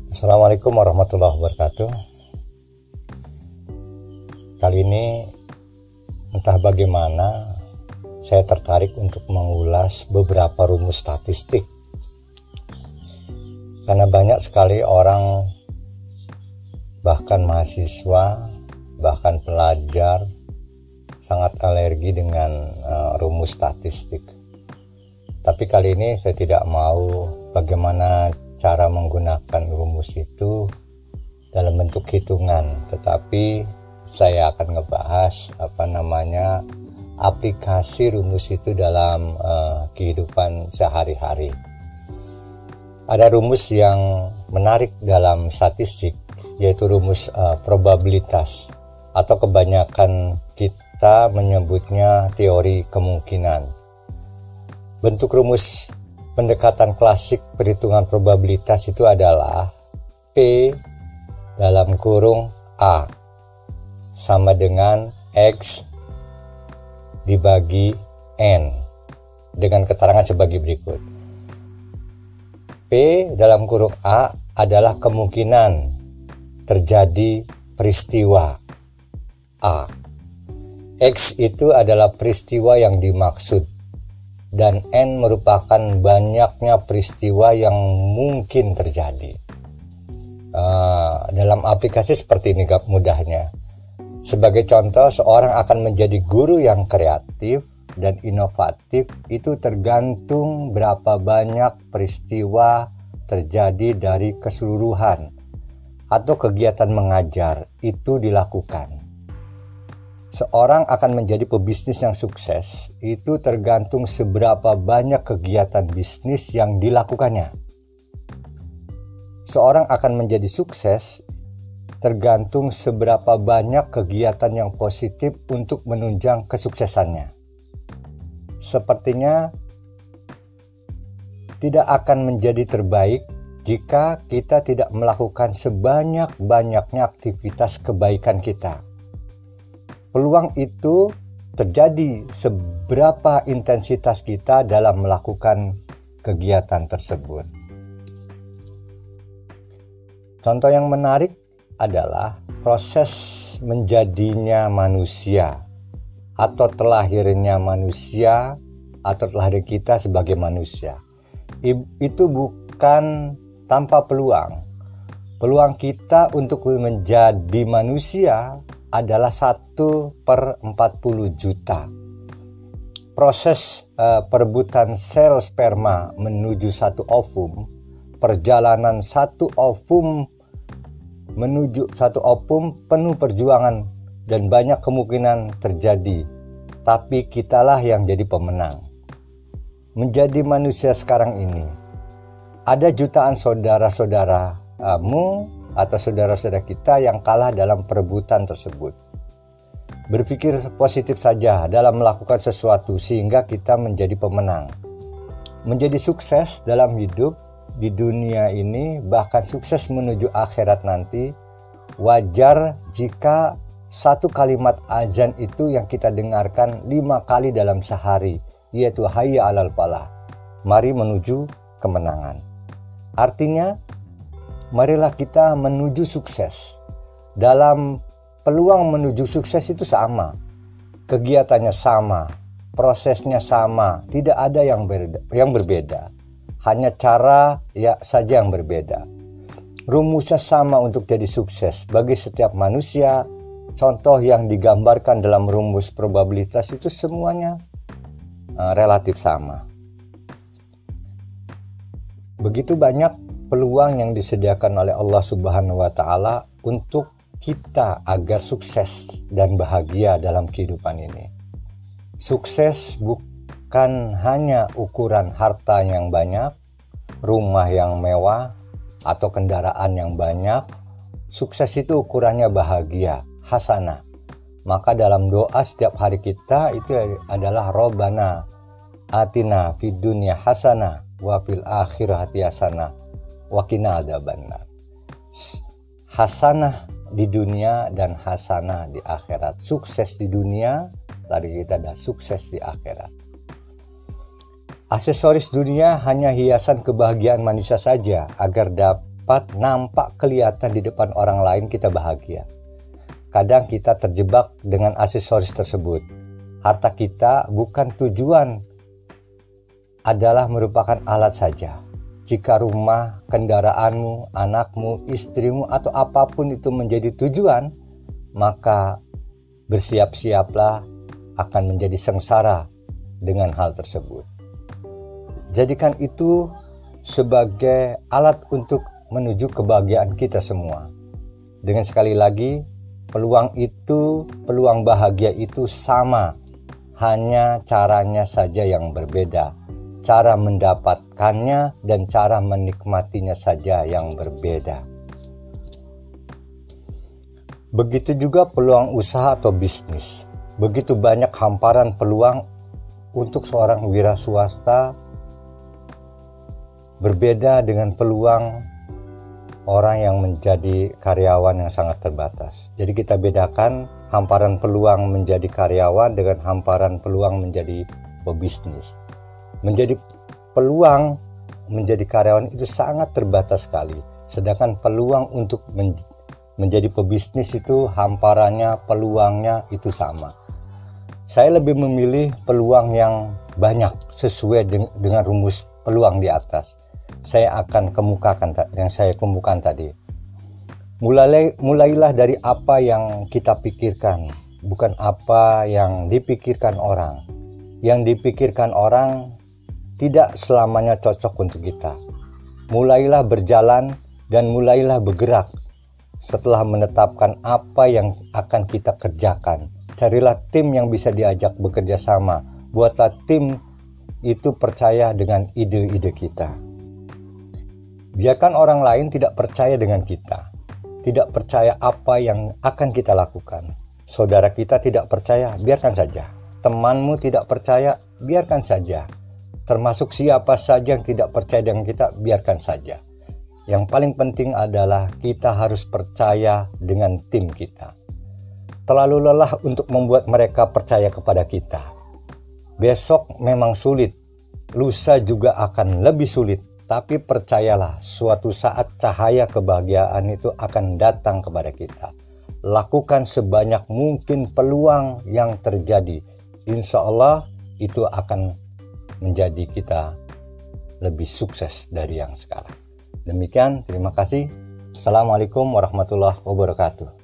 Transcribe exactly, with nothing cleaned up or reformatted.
Assalamualaikum warahmatullahi wabarakatuh. Kali ini entah bagaimana saya tertarik untuk mengulas beberapa rumus statistik. Karena banyak sekali orang, bahkan mahasiswa, bahkan pelajar sangat alergi dengan uh, rumus statistik. Tapi kali ini saya tidak mau bagaimana cara menggunakan rumus itu dalam bentuk hitungan, tetapi saya akan ngebahas apa namanya aplikasi rumus itu dalam uh, kehidupan sehari-hari. Ada rumus yang menarik dalam statistik, yaitu rumus uh, probabilitas, atau kebanyakan kita menyebutnya teori kemungkinan. Bentuk rumus pendekatan klasik perhitungan probabilitas itu adalah P dalam kurung A sama dengan X dibagi N, dengan keterangan sebagai berikut. P dalam kurung A adalah kemungkinan terjadi peristiwa A. X itu adalah peristiwa yang dimaksud, dan N merupakan banyaknya peristiwa yang mungkin terjadi. Uh, dalam aplikasi seperti ini mudahnya. Sebagai contoh, seorang akan menjadi guru yang kreatif dan inovatif itu tergantung berapa banyak peristiwa terjadi dari keseluruhan atau kegiatan mengajar itu dilakukan. Seorang akan menjadi pebisnis yang sukses itu tergantung seberapa banyak kegiatan bisnis yang dilakukannya. Seorang akan menjadi sukses tergantung seberapa banyak kegiatan yang positif untuk menunjang kesuksesannya. Sepertinya tidak akan menjadi terbaik jika kita tidak melakukan sebanyak-banyaknya aktivitas kebaikan kita. Peluang itu terjadi seberapa intensitas kita dalam melakukan kegiatan tersebut. Contoh yang menarik adalah proses menjadinya manusia atau terlahirnya manusia atau terlahir kita sebagai manusia. Itu bukan tanpa peluang. Peluang kita untuk menjadi manusia adalah satu per empat puluh juta. Proses uh, perebutan sel sperma menuju satu ovum, perjalanan satu ovum menuju satu ovum penuh perjuangan dan banyak kemungkinan terjadi, tapi kitalah yang jadi pemenang. Menjadi manusia sekarang ini, ada jutaan saudara-saudaramu atau saudara-saudara kita yang kalah dalam perebutan tersebut. Berpikir positif saja dalam melakukan sesuatu sehingga kita menjadi pemenang. Menjadi sukses dalam hidup di dunia ini, bahkan sukses menuju akhirat nanti, wajar jika satu kalimat azan itu yang kita dengarkan lima kali dalam sehari, yaitu hayya alal falah, mari menuju kemenangan. Artinya, marilah kita menuju sukses. Dalam peluang menuju sukses itu sama, kegiatannya sama, prosesnya sama, tidak ada yang berbeda, yang berbeda. Hanya cara ya saja yang berbeda. Rumusnya sama untuk jadi sukses bagi setiap manusia. Contoh yang digambarkan dalam rumus probabilitas itu semuanya uh, relatif sama. Begitu banyak peluang yang disediakan oleh Allah Subhanahu wa taala untuk kita agar sukses dan bahagia dalam kehidupan ini. Sukses bukan hanya ukuran harta yang banyak, rumah yang mewah, atau kendaraan yang banyak. Sukses itu ukurannya bahagia, hasanah. Maka dalam doa setiap hari kita itu adalah Rabbana atina fid dunya hasanah wa fil akhirati hasanah wa qina adzabannar. Hasanah di dunia dan hasanah di akhirat. Sukses di dunia, tadi kita ada sukses di akhirat. Aksesoris dunia hanya hiasan kebahagiaan manusia saja agar dapat dapat nampak kelihatan di depan orang lain kita bahagia. Kadang kita terjebak dengan aksesoris tersebut. Harta kita bukan tujuan, adalah merupakan alat saja. Jika rumah, kendaraanmu, anakmu, istrimu, atau apapun itu menjadi tujuan, maka bersiap-siaplah akan menjadi sengsara dengan hal tersebut. Jadikan itu sebagai alat untuk menuju kebahagiaan kita semua. Dengan sekali lagi, peluang itu, peluang bahagia itu sama, hanya caranya saja yang berbeda. Cara mendapatkannya dan cara menikmatinya saja yang berbeda. Begitu juga peluang usaha atau bisnis. Begitu banyak hamparan peluang untuk seorang wira swasta, berbeda dengan peluang orang yang menjadi karyawan yang sangat terbatas. Jadi kita bedakan hamparan peluang menjadi karyawan dengan hamparan peluang menjadi pebisnis. Menjadi peluang menjadi karyawan itu sangat terbatas sekali. Sedangkan peluang untuk men- menjadi pebisnis itu hamparannya, peluangnya itu sama. Saya lebih memilih peluang yang banyak sesuai de- dengan rumus peluang di atas. Saya akan kemukakan yang saya kemukakan tadi. Mulai, mulailah dari apa yang kita pikirkan, bukan apa yang dipikirkan orang. Yang dipikirkan orang tidak selamanya cocok untuk kita. Mulailah berjalan dan mulailah bergerak. Setelah menetapkan apa yang akan kita kerjakan, carilah tim yang bisa diajak bekerja sama. Buatlah tim itu percaya dengan ide-ide kita. Biarkan orang lain tidak percaya dengan kita, tidak percaya apa yang akan kita lakukan. Saudara kita tidak percaya, biarkan saja. Temanmu tidak percaya, biarkan saja. Termasuk siapa saja yang tidak percaya dengan kita, biarkan saja. Yang paling penting adalah kita harus percaya dengan tim kita. Terlalu lelah untuk membuat mereka percaya kepada kita. Besok memang sulit, lusa juga akan lebih sulit. Tapi percayalah, suatu saat cahaya kebahagiaan itu akan datang kepada kita. Lakukan sebanyak mungkin peluang yang terjadi. Insya Allah itu akan menjadi kita lebih sukses dari yang sekarang. Demikian, terima kasih. Assalamualaikum warahmatullahi wabarakatuh.